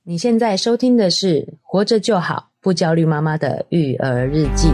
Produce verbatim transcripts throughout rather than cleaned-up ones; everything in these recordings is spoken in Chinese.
你现在收听的是《活着就好，不焦虑妈妈的育儿日记》。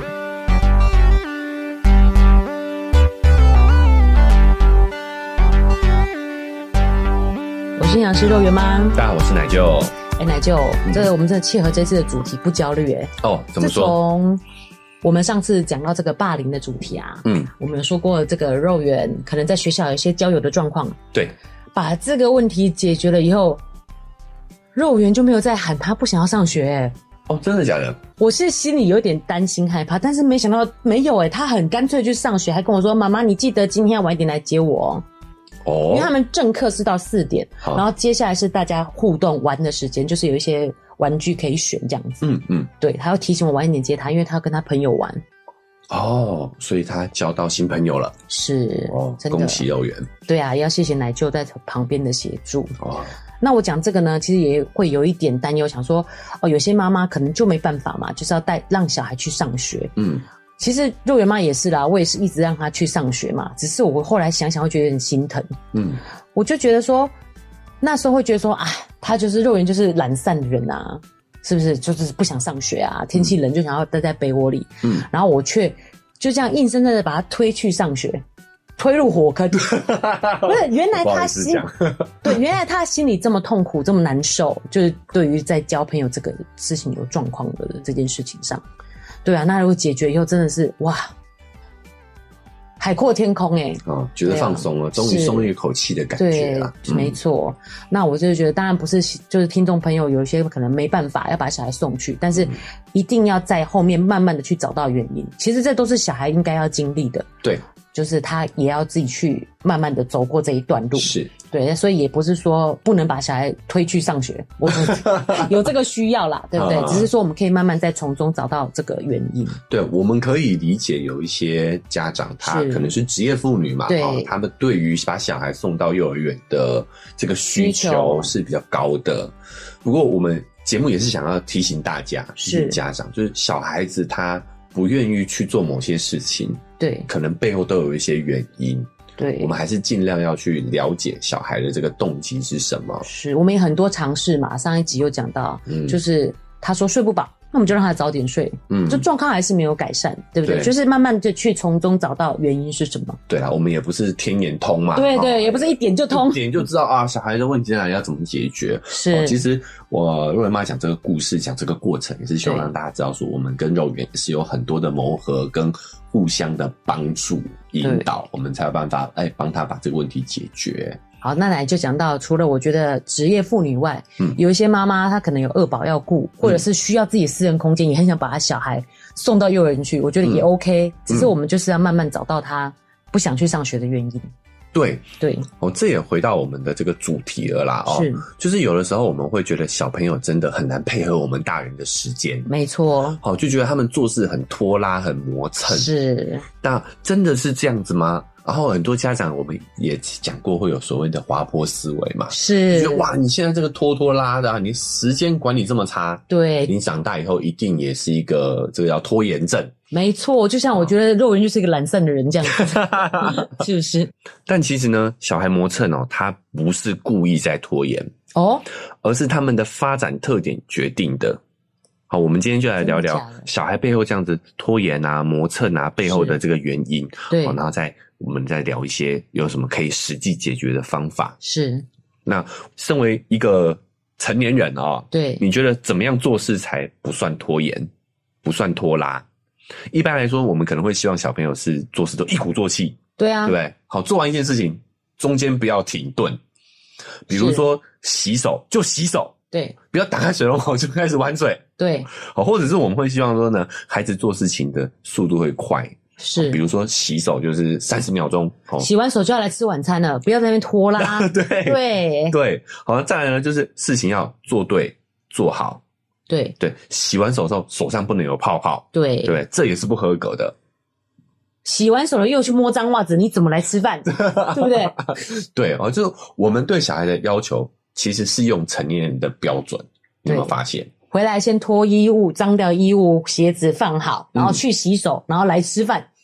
我是营养师肉圆妈， 大家好，我是奶舅。 哎，奶舅，这个我们真的切合这次的主题，不焦虑哎。 哦，怎么说？ 自从我们上次讲到这个霸凌的主题啊，嗯，我们有说过这个肉圆可能在学校有一些交友的状况， 对， 把这个问题解决了以后，肉圆就没有再喊他不想要上学欸。 哦，真的假的？ 我是心里有点担心害怕，但是没想到没有欸，他很干脆去上学，还跟我说妈妈你记得今天要晚一点来接我哦。因为他们正课是到四点，然后接下来是大家互动玩的时间，就是有一些玩具可以选这样子。嗯嗯，对，他要提醒我晚一点接他，因为他要跟他朋友玩。 哦，所以他交到新朋友了。 是哦，真的恭喜肉圆。 对啊，要谢谢奶舅在旁边的协助。哦，那我讲这个呢，其实也会有一点担忧，想说哦，有些妈妈可能就没办法嘛，就是要带让小孩去上学。嗯，其实肉圆妈也是啦，我也是一直让她去上学嘛，只是我后来想想会觉得很心疼。嗯，我就觉得说，那时候会觉得说啊，她就是肉圆就是懒散的人啊。是不是就是不想上学啊？天气冷就想要待在被窝里，嗯，然后我却就这样硬生生的把他推去上学，推入火坑。不是，原来他心对，原来他心里这么痛苦，这么难受，就是对于在交朋友这个事情有状况的这件事情上，对啊，那如果解决以后，真的是哇，海阔天空哎、欸， 哦，觉得放松了，终于松了一口气的感觉了。 对，没错。嗯、那我就觉得，当然不是，就是听众朋友有一些可能没办法要把小孩送去，但是一定要在后面慢慢的去找到原因。其实这都是小孩应该要经历的。对，就是他也要自己去慢慢的走过这一段路。是。对，所以也不是说不能把小孩推去上学，我有这个需要啦，对不对？只是说我们可以慢慢再从中找到这个原因。 对，我们可以理解有一些家长他可能是职业妇女嘛，对、哦，他们对于把小孩送到幼儿园的这个需求是比较高的。不过我们节目也是想要提醒大家，提醒家长，就是小孩子他不愿意去做某些事情，对，可能背后都有一些原因。对，我们还是尽量要去了解小孩的这个动机是什么。是， 我们也很多尝试嘛。上一集有讲到，嗯，就是他说睡不饱，那我们就让他早点睡，嗯，就状况还是没有改善，对不对？对，就是慢慢的去从中找到原因是什么。 对啦，我们也不是天眼通嘛， 对对，哦、也不是一点就通， 一点就知道啊，小孩的问题在哪里，要怎么解决。是，哦、其实我肉圆妈讲这个故事，讲这个过程，也是希望让大家知道说，我们跟肉圆是有很多的磨合跟互相的帮助引导，我们才有办法哎帮他把这个问题解决。 好，那来就讲到，除了我觉得职业妇女外，嗯，有一些妈妈她可能有二宝要顾，或者是需要自己私人空间，也很想把她小孩送到幼儿园去，我觉得也 OK，嗯，只是我们就是要慢慢找到她不想去上学的原因。 对对， 哦，这也回到我们的这个主题了啦。哦，是，就是有的时候我们会觉得小朋友真的很难配合我们大人的时间， 没错。 好，就觉得他们做事很拖拉、很磨蹭。是，那真的是这样子吗？然后很多家长我们也讲过，会有所谓的滑坡思维嘛，是，觉得哇，你现在这个拖拖拉的，啊，你时间管理这么差，对，你长大以后一定也是一个这个叫拖延症。 没错，就像我觉得肉圆就是一个懒散的人这样子，是不是？ 但其实呢，小孩磨蹭哦，他不是故意在拖延哦，而是他们的发展特点决定的。好，我们今天就来聊聊小孩背后这样子拖延啊、磨蹭啊背后的这个原因。对，然后再我们再聊一些有什么可以实际解决的方法。是，那身为一个成年人哦，对，你觉得怎么样做事才不算拖延，不算拖拉？一般来说，我们可能会希望小朋友是做事都一鼓作气，对啊，对不对？好，做完一件事情，中间不要停顿，比如说洗手就洗手。对，不要打开水龙头就开始玩水。对，好，或者是我们会希望说呢，孩子做事情的速度会快，是，比如说洗手就是三十秒钟，哦， 洗完手就要来吃晚餐了，不要在那边拖拉。 对对对，好，再来呢，就是事情要做对做好。对对，洗完手之后手上不能有泡泡。对对，这也是不合格的。 洗完手了又去摸脏袜子，你怎么来吃饭？对不对？ 对哦，就是我们对小孩的要求。其实是用成年人的标准，你有没有发现？ 回来先脱衣物，脏掉衣物，鞋子放好，然后去洗手，嗯，然后来吃饭。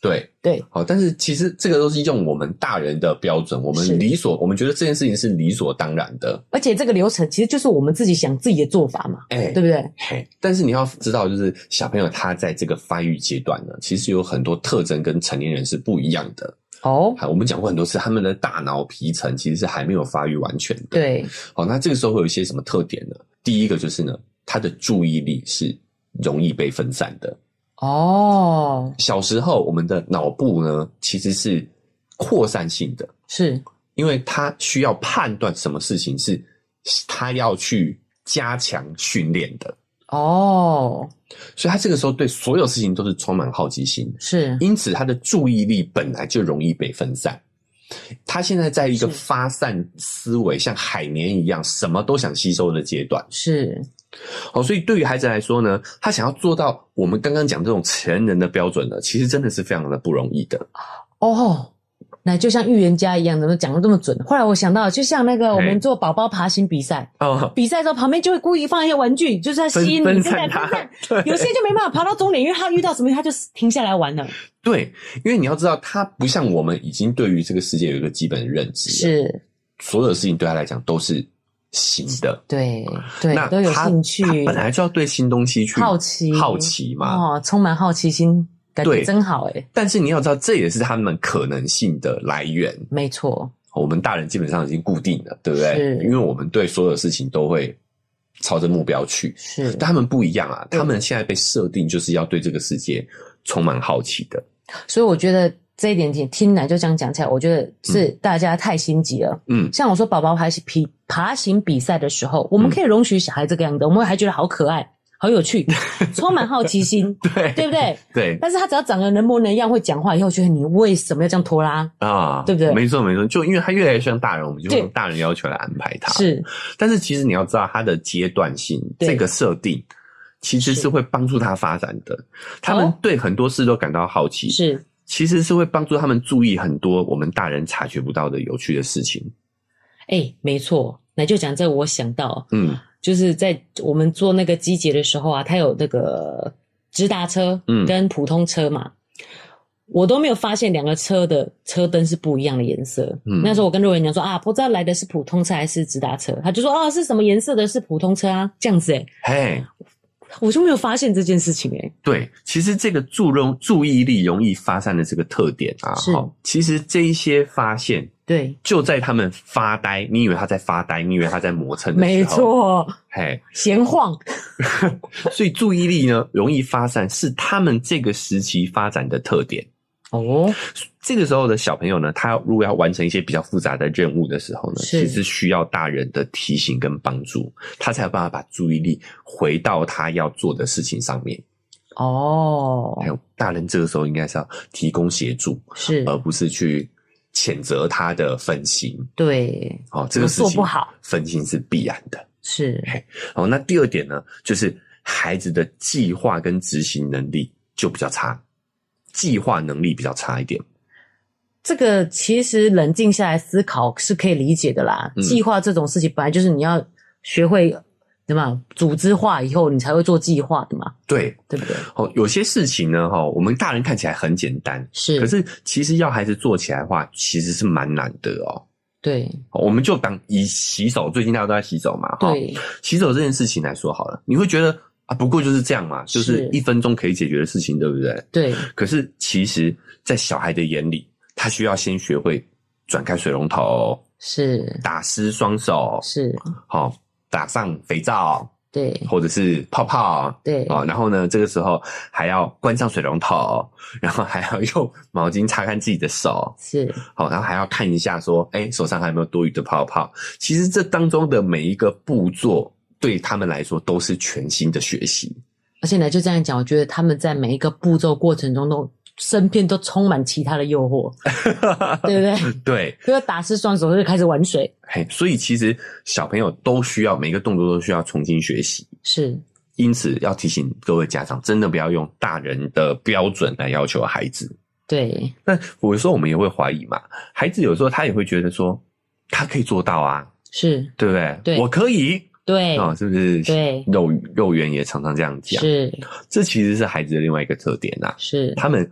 对对， 好，但是其实这个都是用我们大人的标准，我们理所，我们觉得这件事情是理所当然的， 而且这个流程其实就是我们自己想自己的做法嘛，哎、欸，对不对？ 嘿，但是你要知道，就是小朋友他在这个发育阶段呢，其实有很多特征跟成年人是不一样的。哦，我们讲过很多次，他们的大脑皮层其实是还没有发育完全的。 对， 好，那这个时候会有一些什么特点呢？第一个就是呢，他的注意力是容易被分散的。哦，小时候我们的脑部呢，其实是扩散性的， 是因为他需要判断什么事情是他要去加强训练的。哦，所以他这个时候对所有事情都是充满好奇心， 是， 因此他的注意力本来就容易被分散。他现在在一个发散思维，像海绵一样，什么都想吸收的阶段。 是， 好，所以对于孩子来说呢，他想要做到我们刚刚讲这种成人的标准呢，其实真的是非常的不容易的。 哦。那就像预言家一样，怎么讲得这么准？后来我想到，就像那个我们做宝宝爬行比赛，哦，比赛的时候旁边就会故意放一些玩具，就是在吸引你分散他。有些就没办法爬到终点，因为他遇到什么他就停下来玩了。 对，因为你要知道，他不像我们已经对于这个世界有一个基本的认知， 是所有的事情对他来讲都是新的。 对对，那都有兴趣， 他本来就要对新东西去好奇好奇嘛， 哦，充满好奇心。感觉真好诶， 但是你要知道，这也是他们可能性的来源。 没错， 我们大人基本上已经固定了，对不对？ 是， 因为我们对所有事情都会朝着目标去。 是， 但他们不一样啊，他们现在被设定就是要对这个世界充满好奇的。 所以我觉得这一点听来就这样讲起来，我觉得是大家太心急了。嗯，像我说宝宝爬行比爬行比赛的时候，我们可以容许小孩这个样子，我们还觉得好可爱。好有趣，充满好奇心， 对对不对？ 对。 但是他只要长得人模人样，会讲话以后，觉得你为什么要这样拖拉啊？对不对？ 没错没错，就因为他越来越像大人，我们就用大人要求来安排他。 是， 但是其实你要知道他的阶段性，这个设定其实是会帮助他发展的。他们对很多事都感到好奇， 是， 其实是会帮助他们注意很多我们大人察觉不到的有趣的事情。 哎、欸，没错，那就讲这，我想到，嗯。就是在我们做那个机捷的时候啊，它有那个直达车跟普通车嘛，嗯、我都没有发现两个车的车灯是不一样的颜色。嗯，那时候我跟肉圆讲说啊，不知道来的是普通车还是直达车，他就说啊，是什么颜色的是普通车啊，这样子诶、欸。嘿，我就没有发现这件事情诶、欸。 对，其实这个注容注意力容易发散的这个特点啊， 是， 其实这一些发现。 对， 就在他们发呆，你以为他在发呆，你以为他在磨蹭的时候， 没错， 嘿， 闲晃。 所以注意力呢容易发散，是他们这个时期发展的特点。哦，这个时候的小朋友呢，他如果要完成一些比较复杂的任务的时候呢，其实需要大人的提醒跟帮助，他才有办法把注意力回到他要做的事情上面。哦，还有大人这个时候应该是要提供协助， 是， 而不是去谴责他的分心。 对， 哦，这个事情做不好， 分心是必然的。 是， 哦，那第二点呢，就是孩子的计划跟执行能力就比较差，计划能力比较差一点。 这个其实冷静下来思考是可以理解的啦。嗯、计划这种事情本来就是你要学会。对吗？组织化以后，你才会做计划的嘛。 对， 对不对？ 哦，有些事情呢，哈，我们大人看起来很简单， 是， 可是其实要孩子做起来的话，其实是蛮难的哦。 对， 我们就当以洗手，最近大家都在洗手嘛， 对， 洗手这件事情来说好了，你会觉得啊，不过就是这样嘛，就是一分钟可以解决的事情，对不对？ 对。 可是其实，在小孩的眼里，他需要先学会转开水龙头， 是， 打湿双手， 是， 好。打上肥皂， 对， 或者是泡泡， 对， 哦，然后呢，这个时候还要关上水龙头，然后还要用毛巾擦干自己的手， 是， 好，然后还要看一下说，哎，手上还有没有多余的泡泡。其实这当中的每一个步骤，对他们来说都是全新的学习。 而且呢，就这样讲，我觉得他们在每一个步骤过程中都。身边都充满其他的诱惑，对不对？ 对， 就打湿双手就开始玩水。 嘿，所以其实小朋友都需要每个动作都需要重新学习， 是。 因此要提醒各位家长，真的不要用大人的标准来要求孩子。 对。 那有时候我们也会怀疑嘛，孩子有时候他也会觉得说，他可以做到啊， 是， 对不对？ 对， 我可以。 对， 哦，是不是？ 对， 肉肉圆也常常这样讲。 是， 这其实是孩子的另外一个特点啊。 是， 他们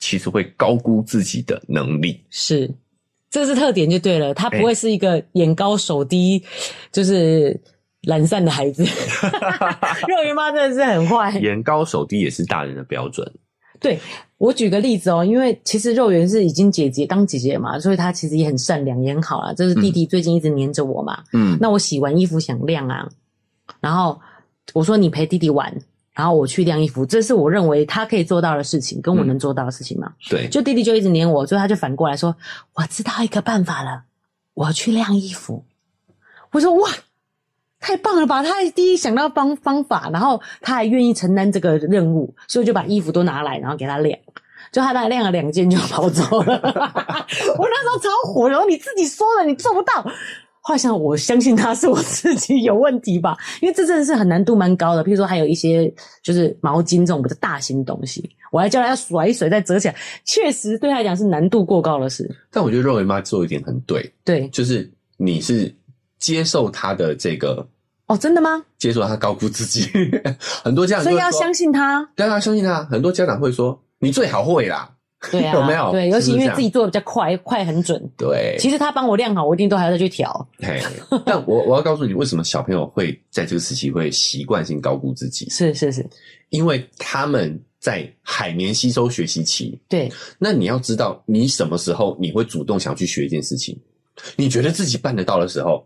其实会高估自己的能力。 是，这是特点就对了，他不会是一个眼高手低，欸、就是懒散的孩子。肉圆妈真的是很坏， 眼高手低也是大人的标准。 对，我举个例子哦，因为其实肉圆是已经姐姐当姐姐嘛，所以她其实也很善良，也很好啦。就是弟弟最近一直黏着我嘛，嗯，那我洗完衣服想晾啊，然后我说你陪弟弟玩，然后我去晾衣服，这是我认为他可以做到的事情，跟我能做到的事情嘛。嗯、 对， 就弟弟就一直黏我，所以他就反过来说，我知道一个办法了，我要去晾衣服。我说哇，太棒了吧！他还第一想到方方法，然后他还愿意承担这个任务，所以我就把衣服都拿来，然后给他晾。就他大概晾了两件就跑走了。我那时候超火，然后你自己说了你做不到。后来想我相信他是我自己有问题吧，因为这真的是很难度蛮高的。譬如说还有一些就是毛巾这种比较大型的东西，我还叫他要甩一甩再折起来，确实对他来讲是难度过高的事。 但我觉得肉圆妈做一点很对， 对， 就是你是接受他的这个。 哦，真的吗？ 接受他高估自己，很多家长所以要相信他。 对啊，相信他。很多家长会说：“你最好会啦。” 对啊， 有没有？ 对，尤其因为自己做的比较快，快很准。 对， 其实他帮我晾好，我一定都还要再去调。 嘿，但我我要告诉你，为什么小朋友会在这个时期会习惯性高估自己？ 是是是， 因为他们在海绵吸收学习期。 对， 那你要知道，你什么时候你会主动想去学一件事情？你觉得自己办得到的时候。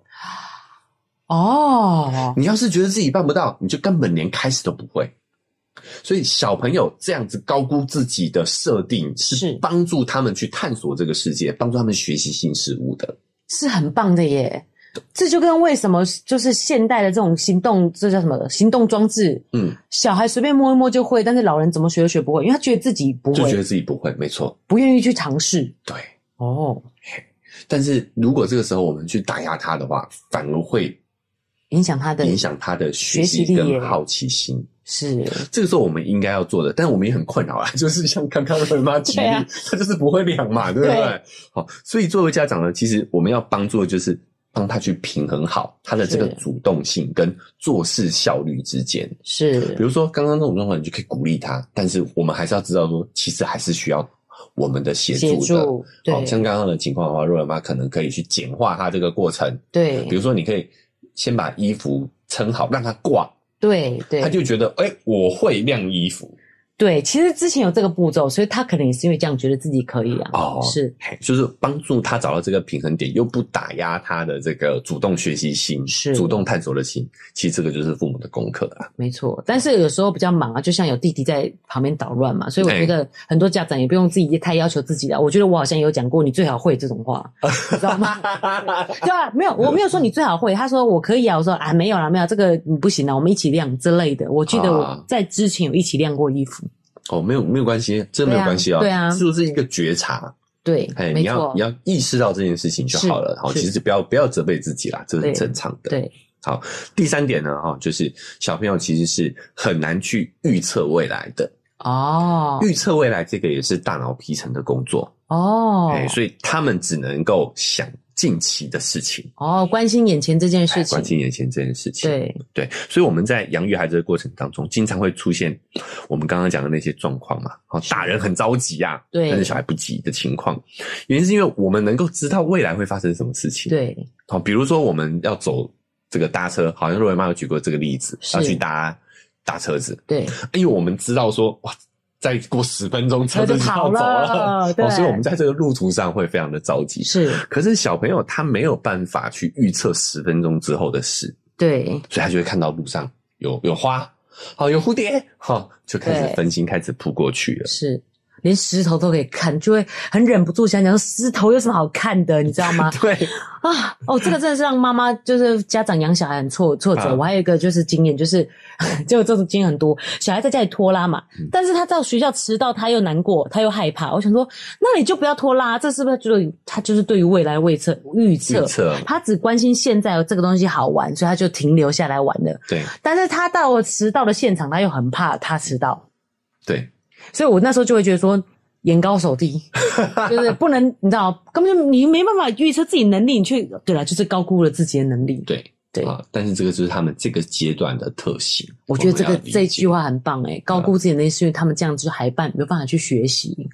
哦， 你要是觉得自己办不到，你就根本连开始都不会。所以小朋友这样子高估自己的设定，是帮助他们去探索这个世界，帮助他们学习新事物的， 是很棒的耶。这就跟为什么就是现代的这种行动，这叫什么行动装置？嗯，小孩随便摸一摸就会，但是老人怎么学都学不会，因为他觉得自己不会， 就觉得自己不会，没错， 不愿意去尝试。 对， 哦， 但是如果这个时候我们去打压他的话，反而会。 影响他的影响他的学习跟好奇心， 是这个时候我们应该要做的，但我们也很困扰啦，就是像刚刚肉圆妈举例，啊、他就是不会量嘛，对不对？对好，所以作为家长呢，其实我们要帮助的就是帮他去平衡好他的这个主动性跟做事效率之间。 是， 比如说刚刚这种状况，你就可以鼓励他，但是我们还是要知道说，其实还是需要我们的协助的。 协助对， 好，像刚刚的情况的话，肉圆妈可能可以去简化他这个过程。 对， 比如说你可以。先把衣服撑好，让它挂。 对对， 他就觉得，哎、欸，我会晾衣服。 对，其实之前有这个步骤，所以他可能也是因为这样觉得自己可以啊。 哦， 是， 就是帮助他找到这个平衡点，又不打压他的这个主动学习心， 是主动探索的心。其实这个就是父母的功课啊。 没错，但是有时候比较忙啊，就像有弟弟在旁边捣乱嘛，所以我觉得很多家长也不用自己太要求自己了。我觉得我好像有讲过，你最好会这种话，你知道吗？对啊，没有，我没有说你最好会，他说我可以啊，我说啊没有啦，没有这个你不行啊，我们一起晾之类的。我记得我在之前有一起晾过衣服。 哦，没有没有关系，这没有关系哦。 对啊， 是不是一个觉察？ 对， 哎，你要你要意识到这件事情就好了。好，其实不要不要责备自己啦，这是正常的。 对， 好，第三点呢，哈，就是小朋友其实是很难去预测未来的。 哦， 预测未来这个也是大脑皮层的工作。 哦， 哎，所以他们只能够想近期的事情。 哦，关心眼前这件事情， 关心眼前这件事情。 对对，所以我们在养育孩子的过程当中，经常会出现我们刚刚讲的那些状况嘛。好，大人很着急啊， 对， 但是小孩不急的情况，原因是因为我们能够知道未来会发生什么事情。 对， 好，比如说我们要走这个搭车，好像肉圆妈有举过这个例子，要去搭搭车子。 对， 因为我们知道说，哇。再过十分钟车子就要走了， 对、 哦，所以我们在这个路途上会非常的着急。 是， 可是小朋友他没有办法去预测十分钟之后的事， 对， 所以他就会看到路上有有花，好有蝴蝶，好就开始分心，开始扑过去了。 是。连石头都可以看，就会很忍不住想讲说石头有什么好看的，你知道吗？ 对啊，哦，这个真的是让妈妈就是家长养小孩很挫挫折。啊、我还有一个就是经验，就是就这种经验很多，小孩在家里拖拉嘛，嗯、但是他到学校迟到，他又难过，他又害怕。我想说，那你就不要拖拉，这是不是就是他就是对于未来未测预测？预测，他只关心现在这个东西好玩，所以他就停留下来玩了。 对， 但是他到了迟到的现场，他又很怕他迟到。 对。 所以我那时候就会觉得说，眼高手低，就是不能，你知道，根本就你没办法预测自己能力，你去，对啦，就是高估了自己的能力。 对对啊，但是这个就是他们这个阶段的特性。 我觉得这个这句话很棒诶、欸，高估自己的能力是因为他们这样就还办没有办法去学习。 哎，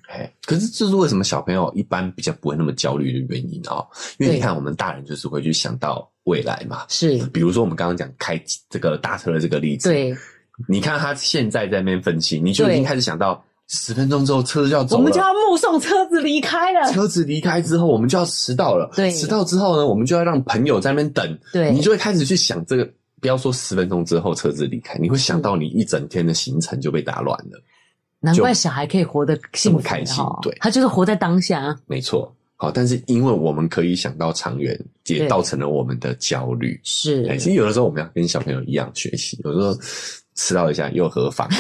可是这是为什么小朋友一般比较不会那么焦虑的原因哦？因为你看我们大人就是会去想到未来嘛， 是， 比如说我们刚刚讲开这个大车的这个例子， 对， 你看他现在在那边分析，你就已经开始想到十分钟之后车就要走了， 我们就要目送车子离开了， 车子离开之后我们就要迟到了， 对， 迟到之后呢，我们就要让朋友在那边等， 对， 你就会开始去想这个，不要说十分钟之后车子离开，你会想到你一整天的行程就被打乱了。 难怪小孩可以活得幸福开心，对， 他就是活在当下。 没错，好，但是因为我们可以想到长远，也造成了我们的焦虑。 是， 其实有的时候我们要跟小朋友一样学习，有时候迟到一下又何妨？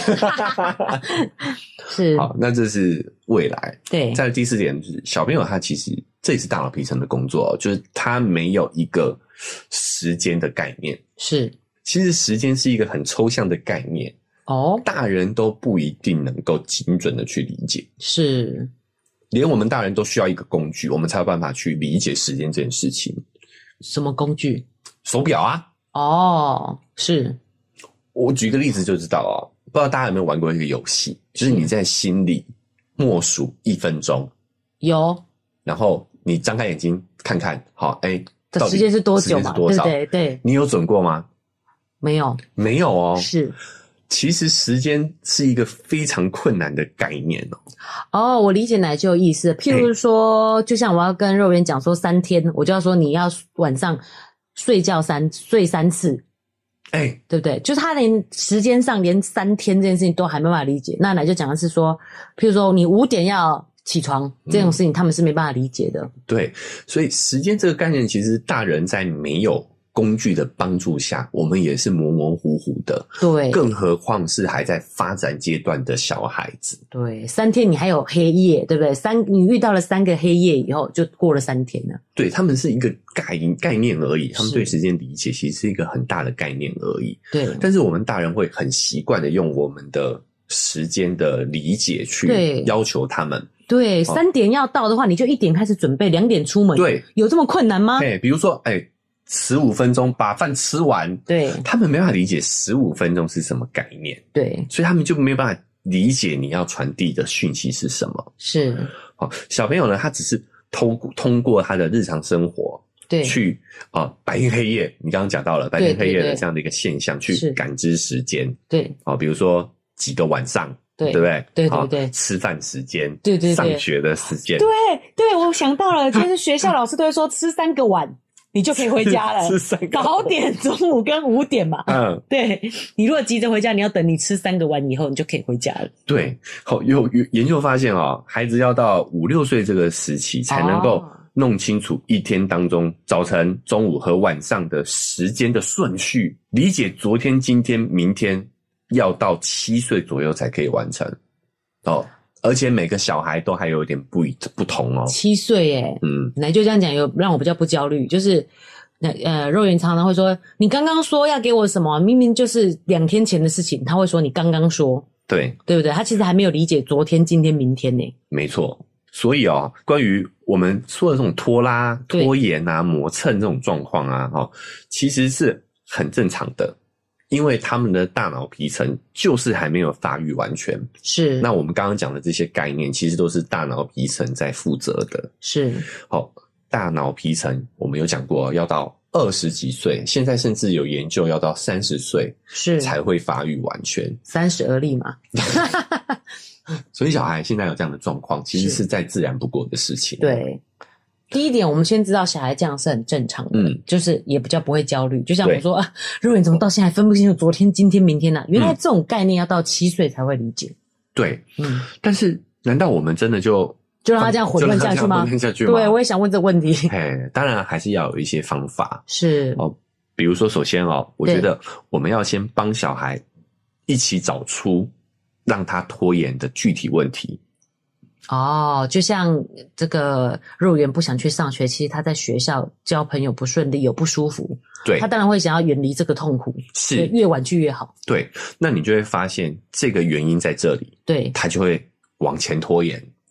是， 好，那这是未来。 对， 再来第四点就是小朋友他其实这也是大脑皮层的工作，就是他没有一个时间的概念。 是， 其实时间是一个很抽象的概念。哦，大人都不一定能够精准的去理解， 是， 连我们大人都需要一个工具，我们才有办法去理解时间这件事情。 什么工具？ 手表啊。哦， 是。 我举个例子就知道哦，不知道大家有没有玩过一个游戏，就是你在心里默数一分钟， 有， 然后你张开眼睛看看，好，哎， 这时间是多久嘛？对对对， 你有准过吗？ 没有， 没有哦， 是。 其实时间是一个非常困难的概念哦。 哦，我理解奶就有意思。譬如说，欸、就像我要跟肉圆讲说三天，我就要说你要晚上睡觉三睡三次，哎、欸，对不对？就是他连时间上连三天这件事情都还没办法理解。那奶就讲的是说，譬如说你五点要起床这种事情，他们是没办法理解的。 嗯、对，所以时间这个概念，其实大人在没有工具的帮助下，我们也是模模糊糊的。 对， 更何况是还在发展阶段的小孩子。 对，三天你还有黑夜，对不对？三你遇到了三个黑夜以后，就过了三天了。 对，他们是一个概概念而已，他们对时间理解其实是一个很大的概念而已。 对， 但是我们大人会很习惯的用我们的时间的理解去要求他们。 对，三、哦、点要到的话，你就一点开始准备，两点出门。 对， 有这么困难吗？ 哎，比如说，哎。十五分钟把饭吃完， 对， 他们没办法理解十五分钟是什么概念， 对， 所以他们就没办法理解你要传递的讯息是什么。 是， 好，小朋友呢，他只是通通过他的日常生活， 对， 去啊、呃、白天黑夜，你刚刚讲到了白天黑夜的这样的一个现象，对对对去感知时间， 对， 啊，比如说几个晚上。 对， 对不对？ 对对对， 吃饭时间， 对对对， 上学的时间， 对对，我想到了，就是学校老师都会说吃三个碗。你就可以回家了。 吃三个早点、中午跟五点嘛。嗯，对。你如果急着回家，你要等你吃三个碗以后，你就可以回家了。 对，好，有有研究发现哦，孩子要到五六岁这个时期才能够弄清楚一天当中早晨、中午和晚上的时间的顺序，理解昨天、今天、明天，要到七岁左右才可以完成。哦。而且每个小孩都还有点不不同哦。 七岁耶，嗯，奶就这样讲，有让我比较不焦虑。就是那呃，肉圆常常会说，你刚刚说要给我什么，明明就是两天前的事情，他会说你刚刚说， 对对不对？他其实还没有理解昨天、今天、明天呢。 没错，所以哦，关于我们说的这种拖拉、拖延啊、磨蹭这种状况啊，哦，其实是很正常的。因为他们的大脑皮层就是还没有发育完全， 是。 那我们刚刚讲的这些概念，其实都是大脑皮层在负责的。 是。 好，大脑皮层我们有讲过，要到二十几岁，现在甚至有研究要到三十岁是才会发育完全。 三十而立嘛。 所以小孩现在有这样的状况，其实是再自然不过的事情。 对。第一点，我们先知道小孩这样是很正常的，嗯，就是也比较不会焦虑。就像我说啊，肉圆怎么到现在分不清楚昨天、今天、明天呢、啊？原来这种概念要到七岁才会理解。 对，嗯，但是难道我们真的就就让他这样混乱下去吗？ 混乱下去吗？ 对，我也想问这个问题。 嘿，当然还是要有一些方法， 是哦，比如说，首先哦，我觉得我们要先帮小孩一起找出让他拖延的具体问题。 哦，就像这个肉圆不想去上学，其实他在学校交朋友不顺利，有不舒服， 对， 他当然会想要远离这个痛苦， 是越晚去越好。 对，那你就会发现这个原因在这里， 对， 他就会往前拖延。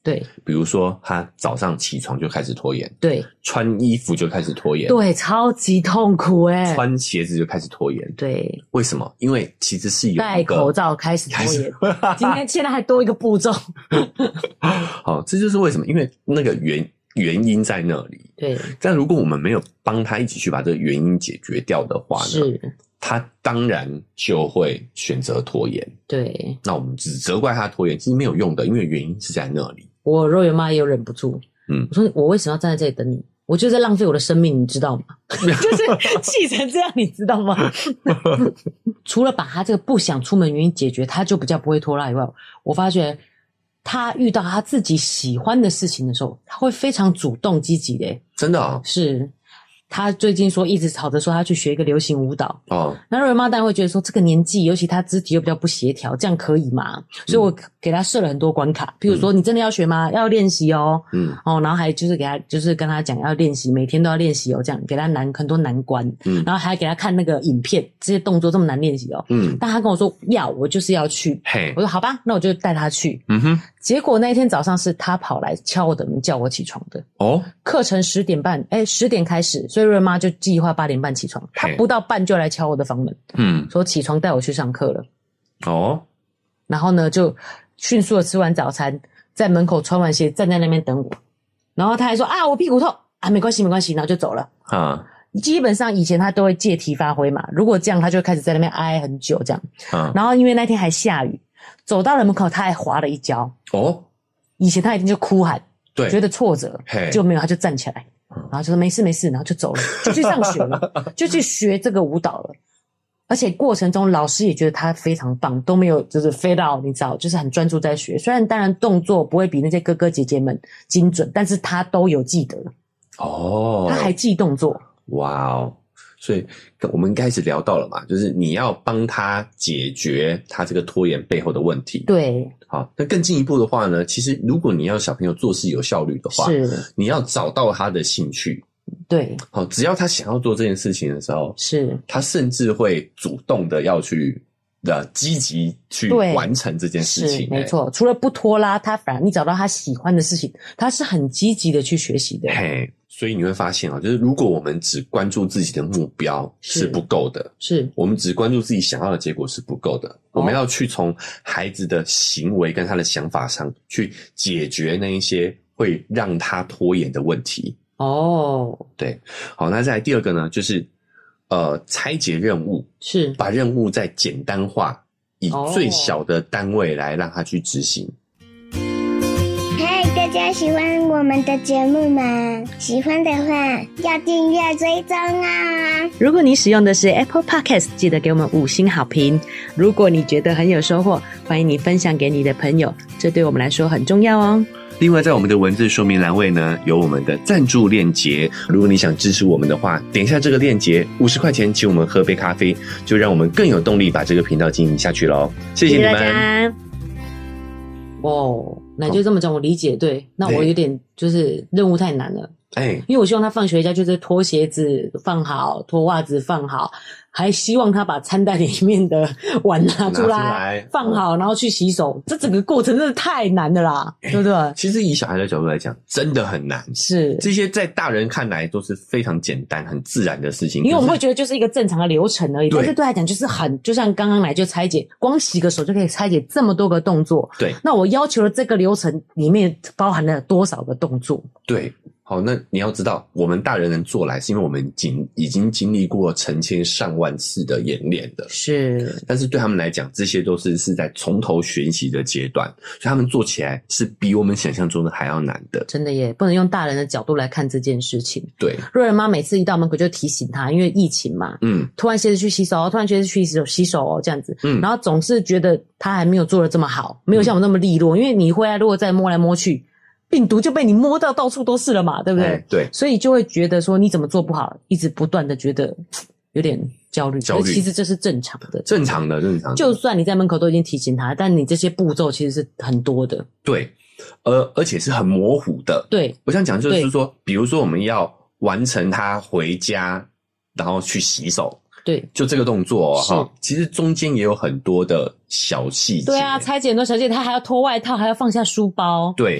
对， 比如说他早上起床就开始拖延， 对， 穿衣服就开始拖延， 对，超级痛苦欸， 穿鞋子就开始拖延， 对， 为什么？因为其实是有一个戴口罩开始拖延，今天现在还多一个步骤。 好，这就是为什么，因为那个原原因在那里。 对， 但如果我们没有帮他一起去把这个原因解决掉的话呢， 是， 他当然就会选择拖延。 对， 那我们只责怪他拖延，其实没有用的，因为原因是在那里。 我肉圆妈也有忍不住，嗯，我说我为什么要站在这里等你？我就在浪费我的生命，你知道吗？就是气成这样，你知道吗？除了把他这个不想出门原因解决，他就比较不会拖拉以外，我发觉他遇到他自己喜欢的事情的时候，他会非常主动积极的、欸。真的啊、哦？ 是。他最近说一直吵着说他去学一个流行舞蹈哦，那肉圆妈当然会觉得说这个年纪，尤其他肢体又比较不协调，这样可以吗？所以我给他设了很多关卡，譬如说你真的要学吗？要练习哦，嗯，哦，然后还就是给他就是跟他讲要练习，每天都要练习哦，这样给他难很多难关，嗯，然后还给他看那个影片，这些动作这么难练习哦，嗯，但他跟我说要，我就是要去，嘿，我说好吧，那我就带他去，嗯哼，结果那一天早上是他跑来敲我的门叫我起床的，哦，课程十点半，哎，十点开始，所以瑞妈就计划八点半起床，他不到半就来敲我的房门，嗯，说起床带我去上课了，哦，然后呢就迅速的吃完早餐，在门口穿完鞋站在那边等我，然后他还说啊我屁股痛啊没关系没关系，然后就走了，啊，基本上以前他都会借题发挥嘛，如果这样他就开始在那边挨很久这样，啊，然后因为那天还下雨，走到了门口他还滑了一跤，哦，以前他一定就哭喊，对，觉得挫折，就没有他就站起来。然后就说没事没事，然后就走了，就去上学了，就去学这个舞蹈了。而且过程中老师也觉得他非常棒，都没有就是飞到你知道，就是很专注在学。虽然当然动作不会比那些哥哥姐姐们精准，但是他都有记得。哦，他还记动作。哇哦！所以我们开始聊到了嘛，就是你要帮他解决他这个拖延背后的问题。对。好，那更进一步的话呢，其实如果你要小朋友做事有效率的话，是你要找到他的兴趣。对。好，只要他想要做这件事情的时候，是他甚至会主动的要去的积极去完成这件事情。没错，除了不拖拉，他反而你找到他喜欢的事情，他是很积极的去学习的。嘿。所以你会发现啊，就是如果我们只关注自己的目标是不够的，是我们只关注自己想要的结果是不够的，哦，我们要去从孩子的行为跟他的想法上去解决那一些会让他拖延的问题。哦，对，好，那再来第二个呢，就是呃拆解任务，是把任务再简单化，以最小的单位来让他去执行。 大家喜欢我们的节目吗？喜欢的话要订阅追踪啊！ 如果你使用的是 Apple Podcast， 记得给我们五星好评。如果你觉得很有收获，欢迎你分享给你的朋友，这对我们来说很重要哦。 另外在我们的文字说明栏位呢，有我们的赞助链接，如果你想支持我们的话，点一下这个链接，五十块钱请我们喝杯咖啡，就让我们更有动力把这个频道经营下去咯。谢谢你们，谢谢大家。 哦，那就这么讲，我理解。对，那我有点就是任务太难了。哎，因为我希望他放学家就是脱鞋子放好，脱袜子放好，还希望他把餐袋里面的碗拿出来, 拿出来放好，然后去洗手。这整个过程真的太难的啦，对不对？ 其实以小孩的角度来讲，真的很难。是这些在大人看来都是非常简单、很自然的事情， 因为我们会觉得就是一个正常的流程而已。但是对他来讲，就是很就像刚刚来就拆解，光洗个手就可以拆解这么多个动作。对，那我要求的这个流程里面包含了多少个动作？ 对。好，那你要知道，我们大人能做来，是因为我们经已经经历过成千上万次的演练的。是，但是对他们来讲，这些都是是在从头学习的阶段，所以他们做起来是比我们想象中的还要难的。 真的耶，不能用大人的角度来看这件事情。对，瑞仁妈每次一到门口就提醒他，因为疫情嘛，嗯，突然鞋子去洗手，突然鞋子去洗手，洗手哦，这样子，嗯，然后总是觉得他还没有做得这么好，没有像我那么利落，嗯，因为你回来如果再摸来摸去。病毒就被你摸到到处都是了嘛，对不对？欸，对，所以就会觉得说你怎么做不好，一直不断的觉得有点焦虑。焦虑，其实这是正常的， 正常的，正常的。 就算你在门口都已经提醒他，但你这些步骤其实是很多的。 对，而而且是很模糊的。对，我想讲就是说，比如说我们要完成他回家，然后去洗手。对，就这个动作哈，其实中间也有很多的小细节。 对啊，拆解很多小细节，他还要脱外套，还要放下书包。 对。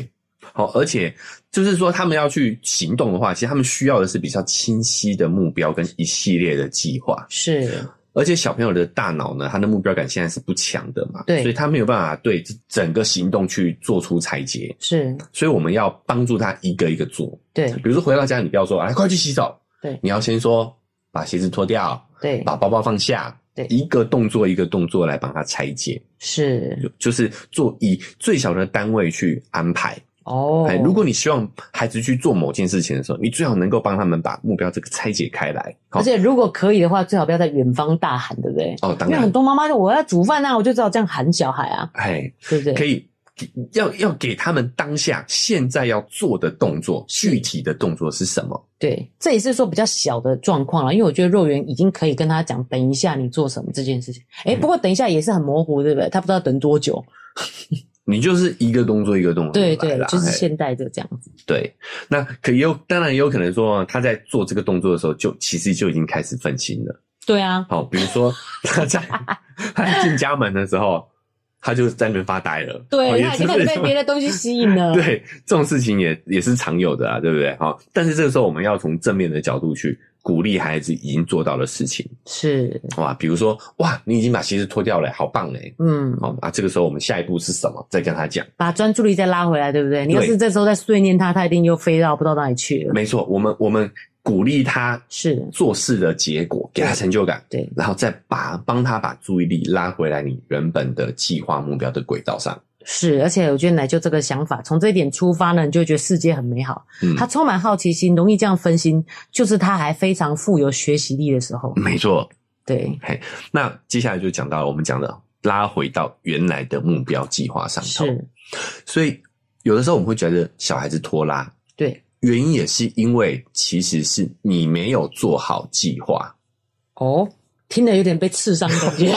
好，而且就是说他们要去行动的话，其实他们需要的是比较清晰的目标跟一系列的计划。 是。 而且小朋友的大脑呢，他的目标感现在是不强的嘛， 对， 所以他没有办法对整个行动去做出拆解， 是， 所以我们要帮助他一个一个做， 对， 比如说回到家，你不要说，来快去洗澡， 对， 你要先说把鞋子脱掉， 对， 把包包放下， 对， 一个动作一个动作来帮他拆解， 是， 就是做以最小的单位去安排。哦，如果你希望孩子去做某件事情的时候，你最好能够帮他们把目标这个拆解开来。 而且如果可以的话，最好不要在远方大喊，对不对？ 哦，当然， 因为很多妈妈就我要煮饭啊，我就只好这样喊小孩啊， 哎， 对不对？ 可以要要给他们当下现在要做的动作，具体的动作是什么？ 对，这也是说比较小的状况了，因为我觉得幼儿园已经可以跟他讲，等一下你做什么这件事情。哎、嗯，不过等一下也是很模糊，对不对？他不知道等多久。 你就是一个动作一个动作， 对对，就是现代的这样子。 对，那可也有，当然也有可能说他在做这个动作的时候，就其实就已经开始分心了。 对啊， 好，比如说他在他进家门的时候，他就在那边发呆了。 对，他已经开始被别的东西吸引了。 对，这种事情也也是常有的啊，对不对？好，但是这个时候我们要从正面的角度去鼓励孩子已经做到的事情。 是， 哇，比如说，哇，你已经把鞋子脱掉了，好棒哎。嗯，好啊，这个时候我们下一步是什么？再跟他讲， 把专注力再拉回来，对不对？你要是这时候再碎念他，他一定又飞到不知道哪里去了。 没错，我们我们鼓励他是做事的结果，给他成就感， 对， 然后再把帮他把注意力拉回来你原本的计划目标的轨道上。 是，而且我觉得奶就这个想法，从这一点出发呢，你就会觉得世界很美好。嗯，他充满好奇心，容易这样分心，就是他还非常富有学习力的时候。 没错， 对。 嘿，那接下来就讲到我们讲的拉回到原来的目标计划上头。 是， 所以有的时候我们会觉得小孩子拖拉， 对， 原因也是因为其实是你没有做好计划。 哦，听得有点被刺伤的感觉。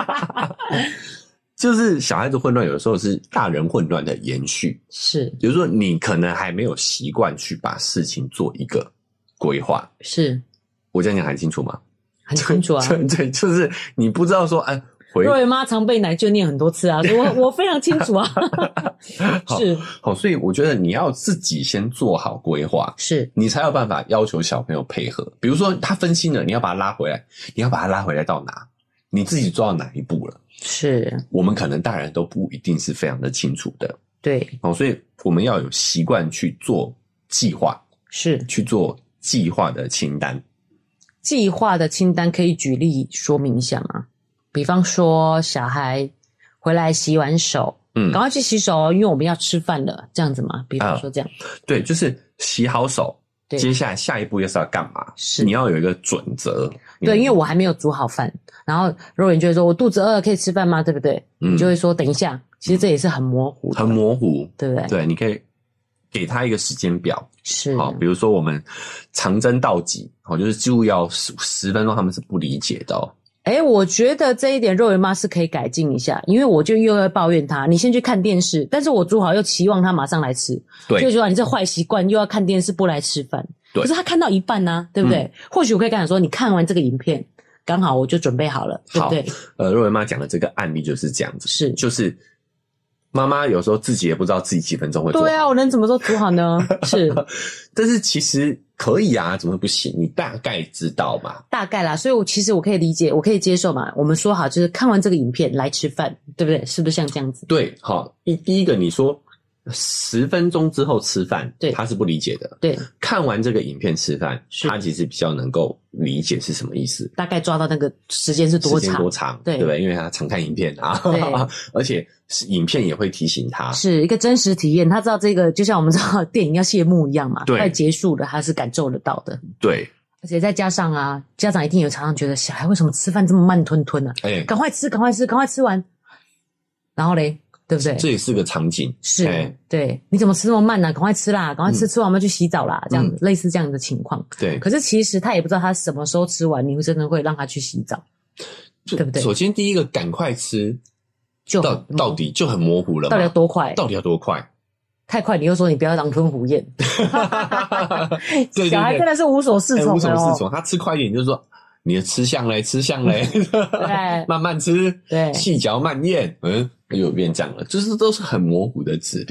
就是小孩子混乱，有的时候是大人混乱的延续。 是， 比如说你可能还没有习惯去把事情做一个规划。 是， 我这样讲还清楚吗？ 很清楚啊。 对对，就是你不知道说，哎，回若圆妈常被奶就念很多次啊，所以我我非常清楚啊。是， 好，所以我觉得你要自己先做好规划， 是你才有办法要求小朋友配合。比如说他分心了，你要把他拉回来，你要把他拉回来到哪？你自己做到哪一步了？是，我们可能大人都不一定是非常的清楚的。对，哦，所以我们要有习惯去做计划，是去做计划的清单。计划的清单可以举例说明一下吗？比方说，小孩回来洗完手，嗯，赶快去洗手哦，因为我们要吃饭了，这样子嘛。比方说这样，啊、对，就是洗好手。接下来下一步又是要干嘛？是你要有一个准则。对，因为我还没有煮好饭，然后肉圆就会说：“我肚子饿了，可以吃饭吗？”对不对？嗯，你就会说：“等一下。”其实这也是很模糊的，很模糊，对不对？对，你可以给他一个时间表，是好，比如说我们长针倒计，好，就是几乎要十十分钟，他们是不理解的哦。诶，我觉得这一点肉圆妈是可以改进一下，因为我就又要抱怨他，你先去看电视，但是我煮好又期望他马上来吃，对，就说你这坏习惯，又要看电视不来吃饭，对，可是他看到一半啊，对不对？嗯、或许我可以跟他说，你看完这个影片，刚好我就准备好了，对不对？呃，肉圆妈讲的这个案例就是这样子，是，就是妈妈有时候自己也不知道自己几分钟会做好，对啊，我能怎么说煮好呢？是，但是其实。可以啊，怎么会不行？你大概知道嘛？大概啦，所以我其实我可以理解，我可以接受嘛。我们说好就是看完这个影片来吃饭，对不对？是不是像这样子？对，好，一第一个你说十分钟之后吃饭，对，他是不理解的。对，看完这个影片吃饭，他其实比较能够理解是什么意思，大概抓到那个时间是多长，时间多长，对，对不对？因为他常看影片啊，对，而且影片也会提醒他，是一个真实体验。他知道这个就像我们知道电影要谢幕一样嘛，对，快结束了，他是感受得到的。对，而且再加上啊，家长一定有常常觉得小孩为什么吃饭这么慢吞吞啊？哎，赶快吃，赶快吃，赶快吃完，然后嘞。对不对？这也是个场景，是，对，你怎么吃那么慢呢、啊？赶快吃啦，赶快吃，嗯、吃完我们去洗澡啦，这样子、嗯、类似这样的情况。对，可是其实他也不知道他什么时候吃完，你会真的会让他去洗澡，对不对？首先第一个，赶快吃，就到到底就很模糊了嘛，到底要多快？到底要多快？太快，你又说你不要狼吞虎咽，对对对，小孩真的是无所适从、哦欸，无所适从。他吃快一点，就是说。你的吃相嘞，吃相嘞，对，慢慢吃，对，细嚼慢咽，嗯，又变这样了，就是都是很模糊的指令。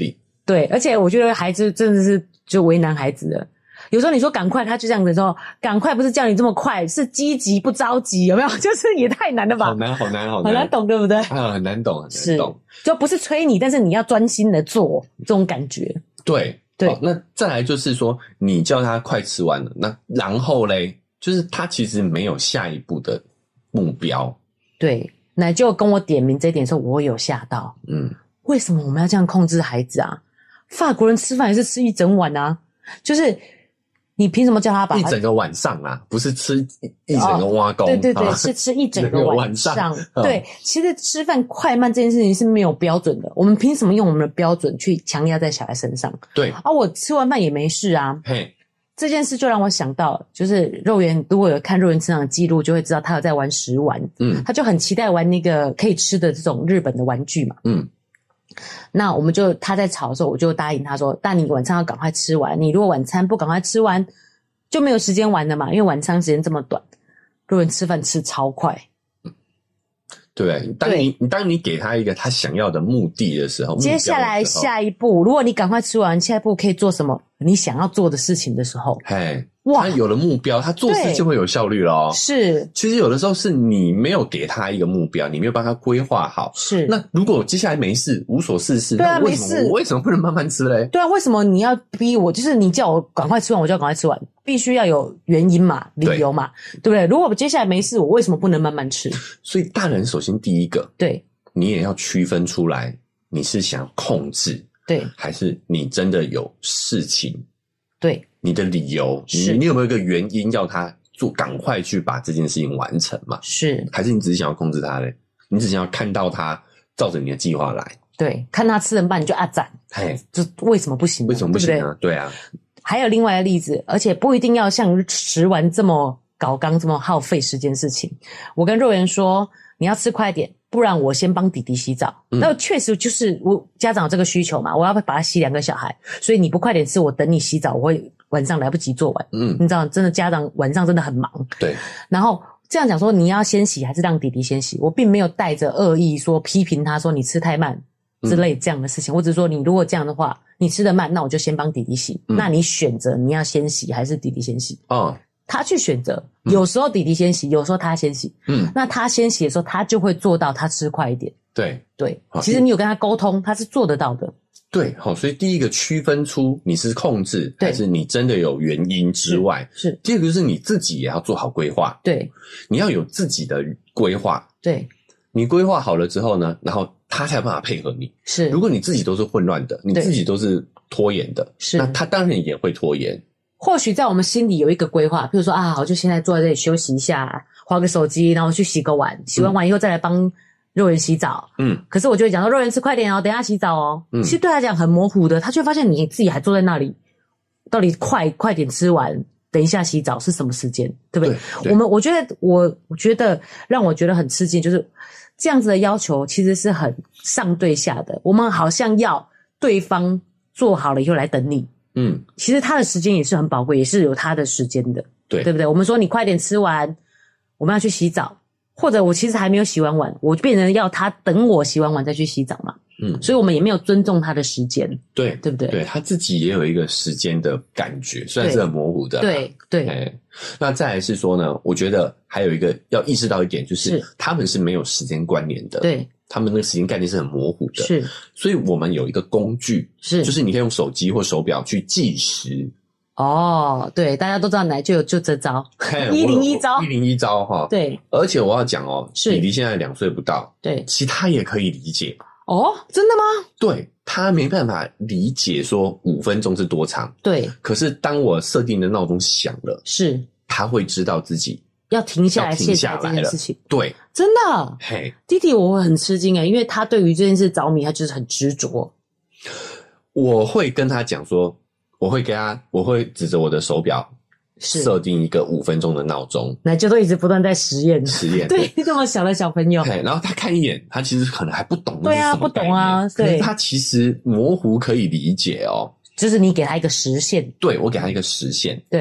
对，而且我觉得孩子真的是就为难孩子了。有时候你说赶快，他就这样子说，赶快不是叫你这么快，是积极不着急，有没有？就是也太难了吧？ 好难，好难，好难， 很难懂，对不对？ 啊，很难懂，很难懂。 就不是催你，但是你要专心的做，这种感觉。 对对、哦，那再来就是说，你叫他快吃完了，那然后嘞，就是他其实没有下一步的目标。 对，奶就跟我点名这一点的时候，我有吓到。嗯，为什么我们要这样控制孩子啊？法国人吃饭也是吃一整碗啊，就是你凭什么叫他把他一整个晚上啊？不是吃一整个挖沟、哦？ 对对对，是吃一整个晚上。晚上对，其实吃饭快慢这件事情是没有标准的，我们凭什么用我们的标准去强压在小孩身上？ 对啊，我吃完饭也没事啊。嘿，这件事就让我想到，就是肉圆如果有看肉圆成长的记录，就会知道他有在玩食玩，嗯，他就很期待玩那个可以吃的这种日本的玩具嘛，嗯。那我们就他在吵的时候，我就答应他说：“但你晚餐要赶快吃完，你如果晚餐不赶快吃完，就没有时间玩了嘛。因为晚餐时间这么短，肉圆吃饭吃超快。” 对，当你当你给他一个他想要的目的的时候， 接下来下一步，如果你赶快吃完，下一步可以做什么？你想要做的事情的时候， 嘿，哇，他有了目标，他做事就会有效率了哦。 是， 其实有的时候是你没有给他一个目标，你没有帮他规划好。 是， 那如果接下来没事，无所事事， 对啊， 那为什么没事， 我为什么不能慢慢吃嘞？ 对啊，为什么你要逼我？就是你叫我赶快吃完，我就要赶快吃完，必须要有原因嘛，理由嘛， 对, 对不对？如果接下来没事，我为什么不能慢慢吃？ 所以大人首先第一个， 对， 你也要区分出来，你是想控制， 对， 还是你真的有事情？ 对， 你的理由，你你有没有一个原因要他做，赶快去把这件事情完成嘛？ 是， 还是你只是想要控制他嘞？你只想要看到他照着你的计划来？ 对，看他吃得慢你就啊赞， 嘿， 就为什么不行？ 为什么不行啊？对, 对啊， 还有另外的例子，而且不一定要像食玩这么搞纲、这么耗费时间事情。我跟肉圆说，你要吃快点。不然我先帮弟弟洗澡，嗯、那确实就是我家长有这个需求嘛，我要把他洗两个小孩，所以你不快点吃，我等你洗澡，我会晚上来不及做完。嗯，你知道，真的家长晚上真的很忙。 对， 然后这样讲说你要先洗还是让弟弟先洗，我并没有带着恶意说批评他说你吃太慢之类这样的事情，嗯、我只是说你如果这样的话，你吃得慢，那我就先帮弟弟洗，嗯、那你选择你要先洗还是弟弟先洗？哦。他去选择，有时候弟弟先洗，有时候他先洗。嗯，那他先洗的时候，他就会做到他吃快一点。 对对，其实你有跟他沟通，他是做得到的。 对，好，所以第一个区分出你是控制还是你真的有原因之外， 是, 是第二个就是你自己也要做好规划。 对， 你要有自己的规划。 对， 你规划好了之后呢，然后他才有办法配合你。 是， 如果你自己都是混乱的，你自己都是拖延的，是，那他当然也会拖延。 或许在我们心里有一个规划，比如说啊，我就现在坐在这里休息一下，滑个手机，然后去洗个碗，洗完碗以后再来帮肉圆洗澡。嗯，可是我就会讲说肉圆吃快点哦，等一下洗澡哦。嗯，其实对他讲很模糊的，他就会发现你自己还坐在那里，到底快快点吃完，等一下洗澡是什么时间，对不对？对，我们我觉得我我觉得让我觉得很吃惊，就是这样子的要求其实是很上对下的，我们好像要对方做好了以后来等你。嗯，其实他的时间也是很宝贵，也是有他的时间的， 对对不对？我们说你快点吃完，我们要去洗澡，或者我其实还没有洗完碗，我变成要他等我洗完碗再去洗澡嘛。嗯，所以我们也没有尊重他的时间， 对对不对？ 对，他自己也有一个时间的感觉，虽然是很模糊的。 对对。 哎，那再来是说呢，我觉得还有一个要意识到一点，就是他们是没有时间观念的。 对。 他们那个时间概念是很模糊的， 是， 所以我们有一个工具， 是， 就是你可以用手机或手表去计时。 哦，对，大家都知道奶就有就这招，一零一招， 一零一招哈。 对， 而且我要讲哦， 是弟弟现在两岁不到， 对， 其实他也可以理解。 哦，真的吗？ 对，他没办法理解说五分钟是多长， 对。 可是当我设定的闹钟响了， 是， 他会知道自己。 要停下来卸载这件事情， 对， 真的， 嘿， 弟弟我会很吃惊诶，因为他对于这件事着迷，他就是很执着。 我会跟他讲说，我会给他，我会指着我的手表设定一个五分钟的闹钟， 那就都一直不断在实验实验， 对，这么小的小朋友， 然后他看一眼，他其实可能还不懂， 对啊，不懂啊，对， 可是他其实模糊可以理解哦， 就是你给他一个时限， 对，我给他一个时限， 对， 然后。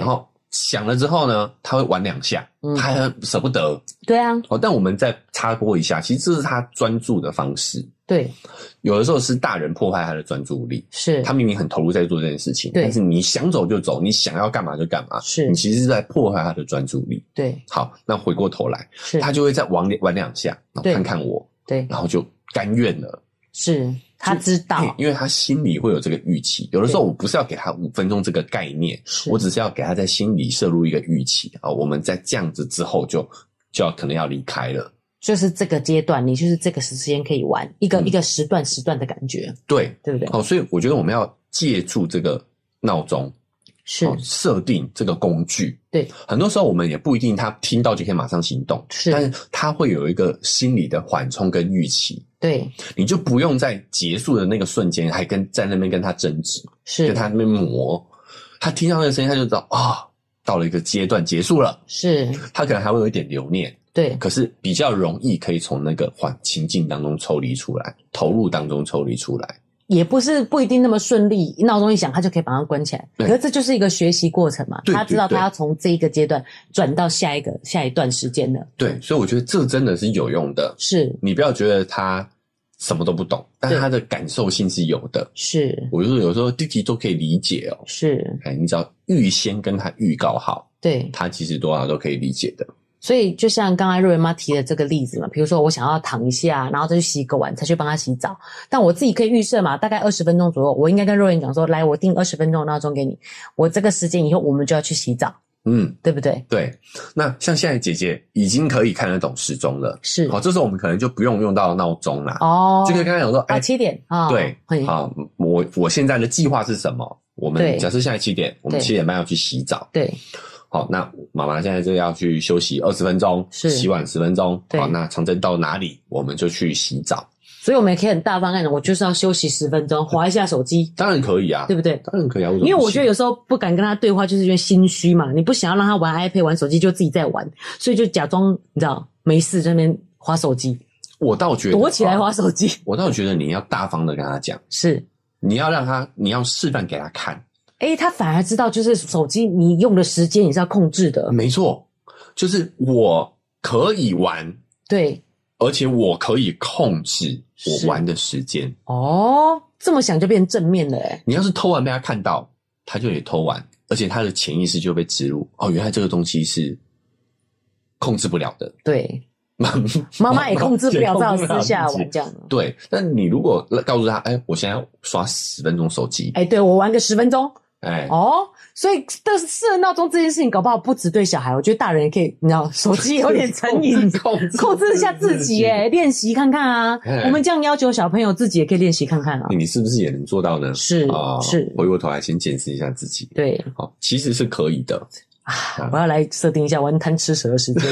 响了之后呢，他会玩两下，嗯，他还舍不得。 对啊。 哦，但我们再插播一下，其实这是他专注的方式。 对。 有的时候是大人破坏他的专注力，是他明明很投入在做这件事情，但是你想走就走，你想要干嘛就干嘛，是你其实是在破坏他的专注力。对。好，那回过头来，是他就会再玩玩两下，然后看看我，对，然后就甘愿了。是。他知道，因为他心里会有这个预期。有的时候我不是要给他五分钟这个概念，我只是要给他在心里摄入一个预期啊。我们在这样子之后就就要可能要离开了，就是这个阶段，你就是这个时间可以玩一个、嗯、一个时段时段的感觉，对对不对？哦，所以我觉得我们要借助这个闹钟。是设定这个工具，对，很多时候我们也不一定他听到就可以马上行动，是，但是他会有一个心理的缓冲跟预期，对，你就不用在结束的那个瞬间还跟在那边跟他争执，是，跟他那边磨，他听到那个声音他就知道啊、哦，到了一个阶段结束了，是，他可能还会有一点留念，对，可是比较容易可以从那个环情境当中抽离出来，投入当中抽离出来。也不是不一定那么顺利，闹钟一响他就可以把它关起来，可是这就是一个学习过程嘛，他知道他要从这一个阶段转到下一个下一段时间了。对，所以我觉得这真的是有用的，是你不要觉得他什么都不懂，但他的感受性是有的，是我就说有时候弟弟都可以理解哦，是，哎，你只要预先跟他预告好，对，他其实多少都可以理解的。所以就像刚才瑞文妈提的这个例子嘛，比如说我想要躺一下，然后再去洗个碗，才去帮他洗澡。但我自己可以预设嘛，大概二十分钟左右，我应该跟瑞文讲说，来，我定二十分钟的闹钟给你，我这个时间以后我们就要去洗澡。嗯，对不对？对。那像现在姐姐已经可以看得懂时钟了，是。好，这时候我们可能就不用用到闹钟啦。哦。就可以跟他讲说，哎、啊，七点啊。哦、对。好，我我现在的计划是什么？我们假设现在七点，我们七点半要去洗澡。对。好，那妈妈现在就要去休息二十分钟，是洗碗十分钟。好，那长征到哪里，我们就去洗澡。所以我们也可以很大方案的，我就是要休息十分钟，滑一下手机。当然可以啊，对不对？当然可以啊，因为我觉得有时候不敢跟他对话，就是因为心虚嘛。你不想要让他玩 iPad 玩手机，就自己在玩，所以就假装你知道没事在那边滑手机。我倒觉得躲起来滑手机。我倒觉得你要大方的跟他讲，是你要让他，你要示范给他看。诶，他反而知道，就是手机你用的时间也是要控制的。没错，就是我可以玩，对，而且我可以控制我玩的时间。哦，这么想就变正面了诶。你要是偷玩被他看到，他就得偷玩，而且他的潜意识就被植入。哦，原来这个东西是控制不了的。对。妈妈也控制不了，在私下玩这样。对，但你如果告诉他，哎、欸，我现在要刷十分钟手机，哎、欸，对我玩个十分钟，哎、欸，哦，所以这设闹钟这件事情，搞不好不只对小孩，我觉得大人也可以，你知道，手机有点成瘾，控制控制一下自己，哎，练习看看啊。欸、我们这样要求小朋友，自己也可以练习看看啊。你是不是也能做到呢？是啊，是。回过头来先检视一下自己。对，好，其实是可以的。啊、我要来设定一下玩贪吃蛇的时间。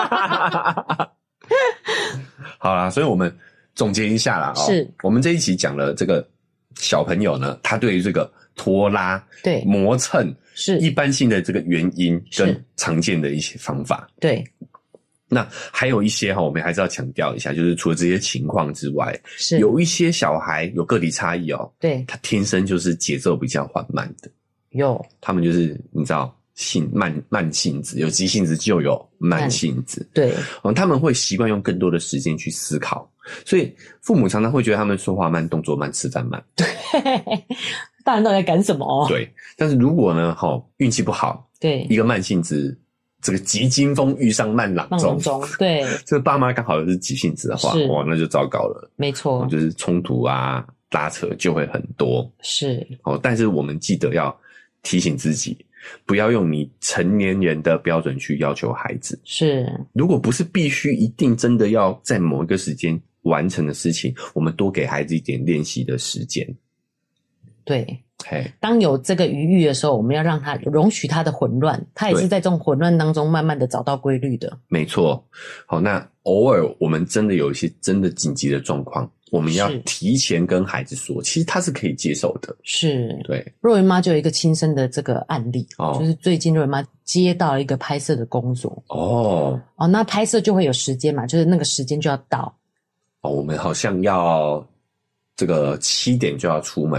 好啦，所以我们总结一下啦。哦，是我们这一期讲了这个小朋友呢，他对于这个拖拉、对磨蹭是一般性的这个原因跟常见的一些方法。对，那还有一些哈，我们还是要强调一下，就是除了这些情况之外，是有一些小孩有个体差异哦，对，他天生就是节奏比较缓慢的，有他们就是你知道。性慢慢性子，有急性子就有慢性子，对，嗯，他们会习惯用更多的时间去思考，所以父母常常会觉得他们说话慢、动作慢、吃饭慢，对，大人到底在赶什么？对，但是如果呢，齁，运气不好，对，一个慢性子，这个急惊风遇上慢郎中，对，这个爸妈刚好是急性子的话，哇，那就糟糕了，没错，就是冲突啊、拉扯就会很多，是，哦，但是我们记得要提醒自己。不要用你成年人的标准去要求孩子。是，如果不是必须一定真的要在某一个时间完成的事情，我们多给孩子一点练习的时间。对，嘿，当有这个余裕的时候，我们要让他容许他的混乱，他也是在这种混乱当中慢慢的找到规律的。没错。好，那偶尔我们真的有一些真的紧急的状况。我们要提前跟孩子说，其实他是可以接受的。是，对。若云妈就有一个亲身的这个案例，哦，就是最近若云妈接到一个拍摄的工作。哦，哦，那拍摄就会有时间嘛，就是那个时间就要到。哦，我们好像要这个七点就要出门，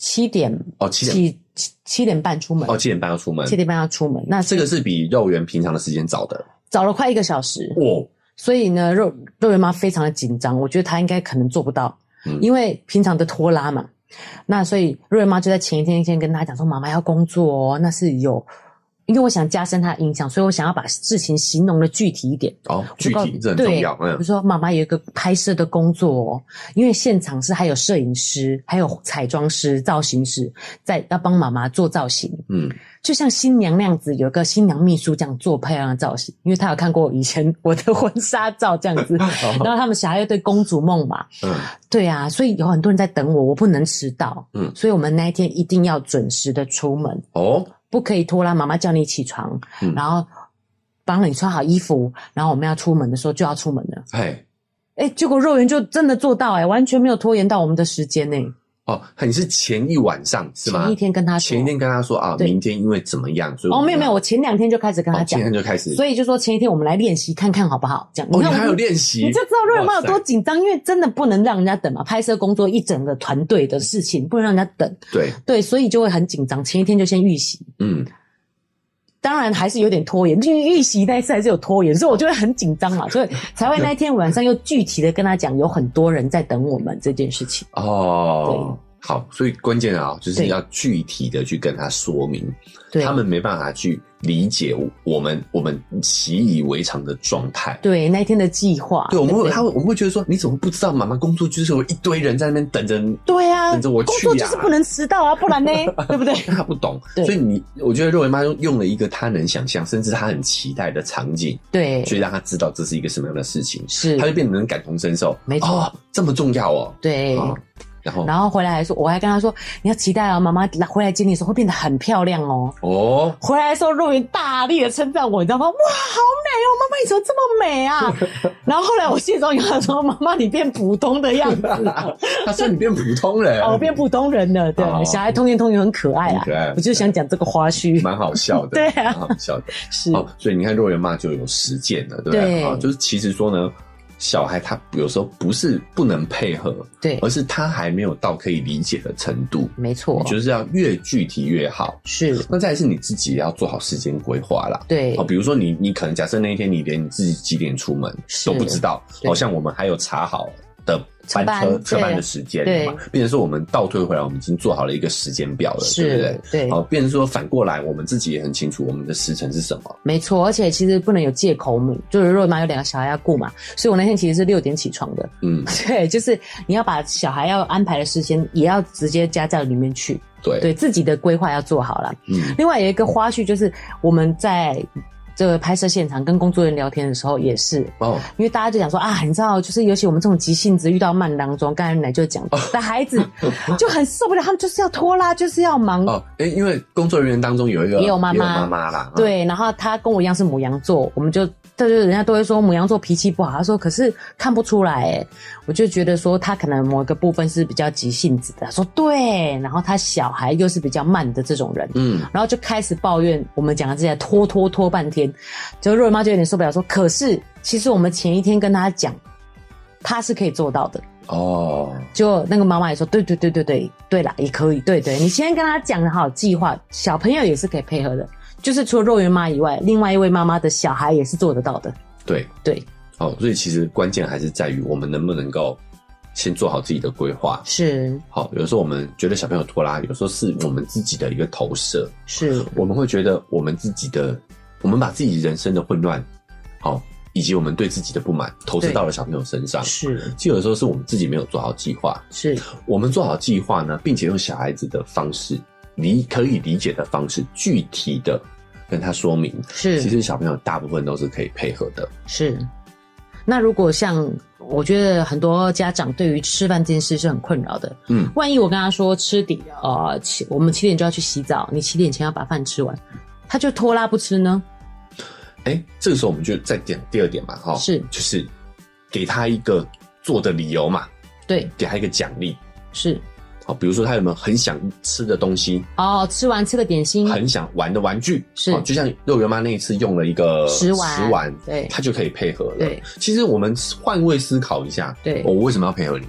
七点哦，七点七七点半出门哦，七点半要出门， 七点半要出门。那这个是比幼儿园平常的时间早的， 早了快一个小时哦。所以呢，肉肉圆妈非常的紧张，我觉得她应该可能做不到，嗯、因为平常的拖拉嘛。那所以肉圆妈就在前一天先跟她讲说，妈妈要工作哦，那是有。因为我想加深他的印象，所以我想要把事情形容的具体一点。 哦，具体这很重要。 嗯，比如说妈妈有一个拍摄的工作哦，因为现场是还有摄影师、还有彩妆师、造型师在要帮妈妈做造型。嗯，就像新娘那样子，有个新娘秘书这样做漂亮的造型。因为他有看过以前我的婚纱照这样子，然后他们小孩又对公主梦嘛。嗯，对啊，所以有很多人在等我，我不能迟到。嗯，所以我们那一天一定要准时的出门。哦。不可以拖拉，妈妈叫你起床，嗯、然后帮你穿好衣服，然后我们要出门的时候就要出门了。哎，哎，结果肉圆就真的做到，哎，完全没有拖延到我们的时间呢。 哦，你是前一晚上是吗？ 前一天跟他说， 前一天跟他说啊，明天因为怎么样，所以哦，没有没有，我前两天就开始跟他讲， 哦、前天就开始， 所以就说前一天我们来练习看看好不好？这样， 哦，你还有练习， 你就知道肉圆妈有多紧张，因为真的不能让人家等嘛，拍摄工作一整个团队的事情不能让人家等， 对对，所以就会很紧张，前一天就先预习，嗯。当然还是有点拖延，因为预习那一次还是有拖延，所以我就会很紧张嘛，所以才会那一天晚上又具体的跟他讲，有很多人在等我们这件事情。 哦，对，好，所以关键啊，就是要具体的去跟他说明，他们没办法去理解我们我们习以为常的状态。 对，那一天的计划， 对，我们会他会我们会觉得说，你怎么不知道妈妈工作就是有一堆人在那边等着？ 对啊， 等着我去啊， 工作就是不能迟到啊，不然呢，对不对？ 他不懂，所以你我觉得肉圆妈用了一个他能想象，甚至他很期待的场景， 对， 所以让他知道这是一个什么样的事情， 是， 他就变得能感同身受。 没错， 哦，这么重要哦， 对。 哦然后， 然后回来还说，我还跟他说，你要期待哦，妈妈回来接你的时候会变得很漂亮哦。哦，回来的时候肉圆大力的称赞我，你知道吗？哇，好美哦，妈妈你怎么这么美啊？然后后来我卸妆以后，他说，妈妈你变普通的样子。 他说你变普通人， 哦，我变普通人了。对，哦、小孩童言童语很可爱啊， 可爱。 我就想讲这个花絮， 蛮好笑的。 对啊， 蛮好笑的。 是， 哦，所以你看肉圆妈就有实践了，对不对？ 对啊、哦，就是其实说呢。小孩他有时候不是不能配合， 对， 而是他还没有到可以理解的程度。 没错， 你就是要越具体越好。 是， 那再来是你自己也要做好时间规划啦。 对， 哦，比如说你你可能假设那一天你连你自己几点出门都不知道，好像我们还有查好的班车车班的时间嘛，变成说我们倒退回来，我们已经做好了一个时间表了，对不对？ 对， 好，变成说反过来，我们自己也很清楚我们的时程是什么。 没错，而且其实不能有借口，我们就是肉圆妈有两个小孩要顾嘛，所以我那天其实是六点起床的。嗯，对，就是你要把小孩要安排的时间也要直接加在里面去。 对， 对自己的规划要做好了。嗯，另外有一个花絮就是我们在。这个拍摄现场跟工作人员聊天的时候也是哦，因为大家就讲说啊，你知道，就是尤其我们这种急性子遇到慢当中，刚才奶就讲的孩子就很受不了，他们就是要拖拉，就是要忙哦。哎，因为工作人员当中有一个也有妈妈， 妈妈啦， 对，然后他跟我一样是牡羊座，我们就这就是人家都会说牡羊座脾气不好，他说可是看不出来，哎，我就觉得说他可能某一个部分是比较急性子的，他说对，然后他小孩又是比较慢的这种人，嗯，然后就开始抱怨我们讲的这些拖拖拖半天。就肉圆妈就有点受不了，说：“可是其实我们前一天跟他讲，他是可以做到的哦。”就那个妈妈也说：“对对对对对对啦，也可以，对对，你先跟他讲好计划，小朋友也是可以配合的。就是除了肉圆妈以外，另外一位妈妈的小孩也是做得到的。 对对， 哦，所以其实关键还是在于我们能不能够先做好自己的规划。 是， 好，有的时候我们觉得小朋友拖拉，有时候是我们自己的一个投射。 是， 我们会觉得我们自己的。我们把自己人生的混乱，好，以及我们对自己的不满投射到了小朋友身上。 是， 其实有的时候是我们自己没有做好计划。 是， 我们做好计划呢，并且用小孩子的方式，理可以理解的方式，具体的跟他说明。 是， 其实小朋友大部分都是可以配合的。 是。那如果像我觉得很多家长对于吃饭这件事是很困扰的，嗯，万一我跟他说吃点呃，我们七点就要去洗澡，你七点前要把饭吃完，他就拖拉不吃呢？ 哎、欸，这个时候我们就再点第二点嘛，哈， 是， 就是给他一个做的理由嘛， 对， 给他一个奖励， 是， 好，比如说他有没有很想吃的东西， 哦，吃完吃个点心， 很想玩的玩具， 是， 就像肉圆妈那一次用了一个食玩， 食玩， 对， 他就可以配合了。 对， 其实我们换位思考一下， 对， 我为什么要配合你？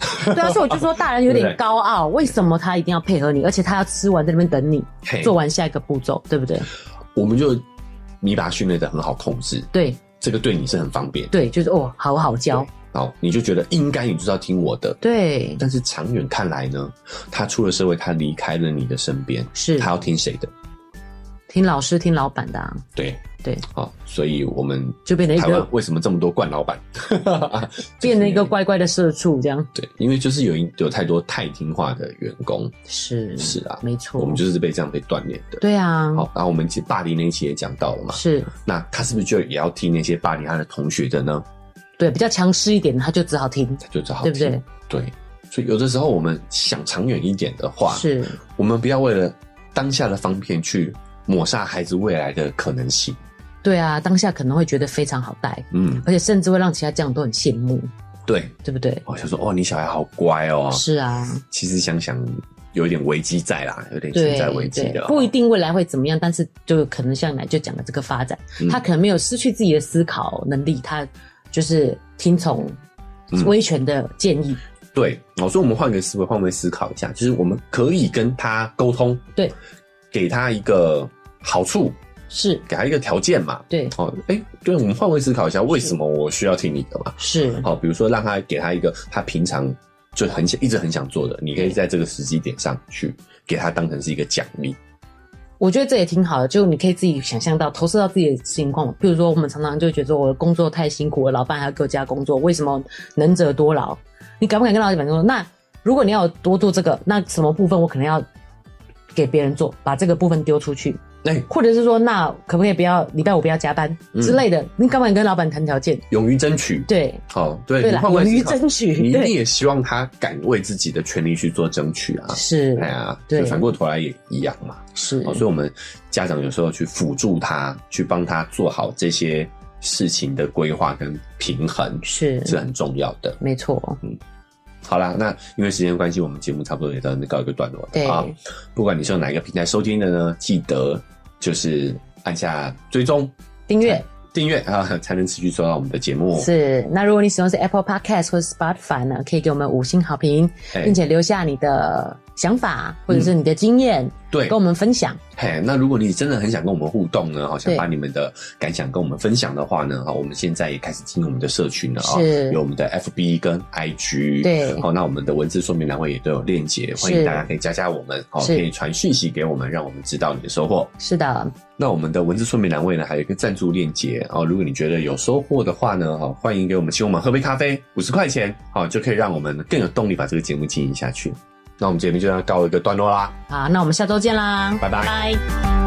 对啊，所以我就说大人有点高傲，为什么他一定要配合你，而且他要吃完在那边等你做完下一个步骤，对不对？ 我们就你把他训练得很好控制， 对， 这个对你是很方便， 对，就是哦，好好教。 好，你就觉得应该你就是要听我的， 对。 但是长远看来呢，他出了社会，他离开了你的身边， 是他要听谁的？ 听老师，听老板的啊。 对对， 好，所以我们就变成一个台湾为什么这么多惯老板， 变成一个乖乖的社畜这样。 对，因为就是有有太多太听话的员工， 是是啊， 没错， 我们就是被这样被锻炼的。 对啊， 好，然后我们霸凌那一期也讲到了嘛， 是， 那他是不是就也要听那些霸凌他的同学的呢？ 对，比较强势一点，他就只好听， 他就只好听， 对不对？ 对，所以有的时候我们想长远一点的话， 是我们不要为了当下的方便去抹杀孩子未来的可能性。 对啊，当下可能会觉得非常好带，嗯，而且甚至会让其他家长都很羡慕， 对， 对不对？ 我就说哦，你小孩好乖哦， 是啊， 其实想想有一点危机在啦，有点潜在危机的， 不一定未来会怎么样，但是就可能像奶就讲的这个发展，嗯、他可能没有失去自己的思考能力，他就是听从威权的建议。 嗯、对，所以我们换个思维，换位思考一下，就是我们可以跟他沟通， 对， 给他一个好处。 是给他一个条件嘛？ 对， 哦，哎、欸，对，我们换位思考一下，为什么我需要听你的嘛？ 是， 好、哦，比如说让他给他一个他平常就很想一直很想做的，你可以在这个时机点上去给他当成是一个奖励。 我觉得这也挺好的，就你可以自己想象到投射到自己的情况，比如说我们常常就觉得我的工作太辛苦了，老板还要给我加工作，为什么能者多劳？你敢不敢跟老板说，那如果你要多做这个，那什么部分我可能要给别人做，把这个部分丢出去？ 欸、 或者是说，那可不可以不要礼拜五不要加班之类的？嗯、你敢不敢跟老板谈条件？ 勇于争取， 对， 好、哦，对， 对啦，勇于争取， 你一定也希望他敢为自己的权利去做争取啊。 是， 哎呀， 对， 反过头来也一样嘛。 是、 哦，所以我们家长有时候去辅助他，去帮他做好这些事情的规划跟平衡， 是是很重要的。 没错， 嗯。好啦，那因为时间关系，我们节目差不多也到告一个段落了。 对啊， 不管你是用哪一个平台收听的呢，记得就是按下追踪、 订阅、 订阅啊，才能持续收到我们的节目。 是，那如果你使用是 Apple Podcast 或是 Spotify 呢，可以给我们五星好评，并且留下你的想法或者是你的经验，对、嗯，跟我们分享。 嘿，那如果你真的很想跟我们互动呢，好想把你们的感想跟我们分享的话呢，好，我们现在也开始进入我们的社群了啊，有我们的 F B 跟 I G， 对，好，那我们的文字说明栏位也都有链接，欢迎大家可以加加我们，好，可以传讯息给我们，让我们知道你的收获。 是的， 那我们的文字说明栏位呢，还有一个赞助链接哦，如果你觉得有收获的话呢，好，欢迎给我们请我们喝杯咖啡，五十块钱，好，就可以让我们更有动力把这个节目经营下去。那我们节目就要告一个段落啦。 好，那我们下周见啦， 拜拜。 拜拜。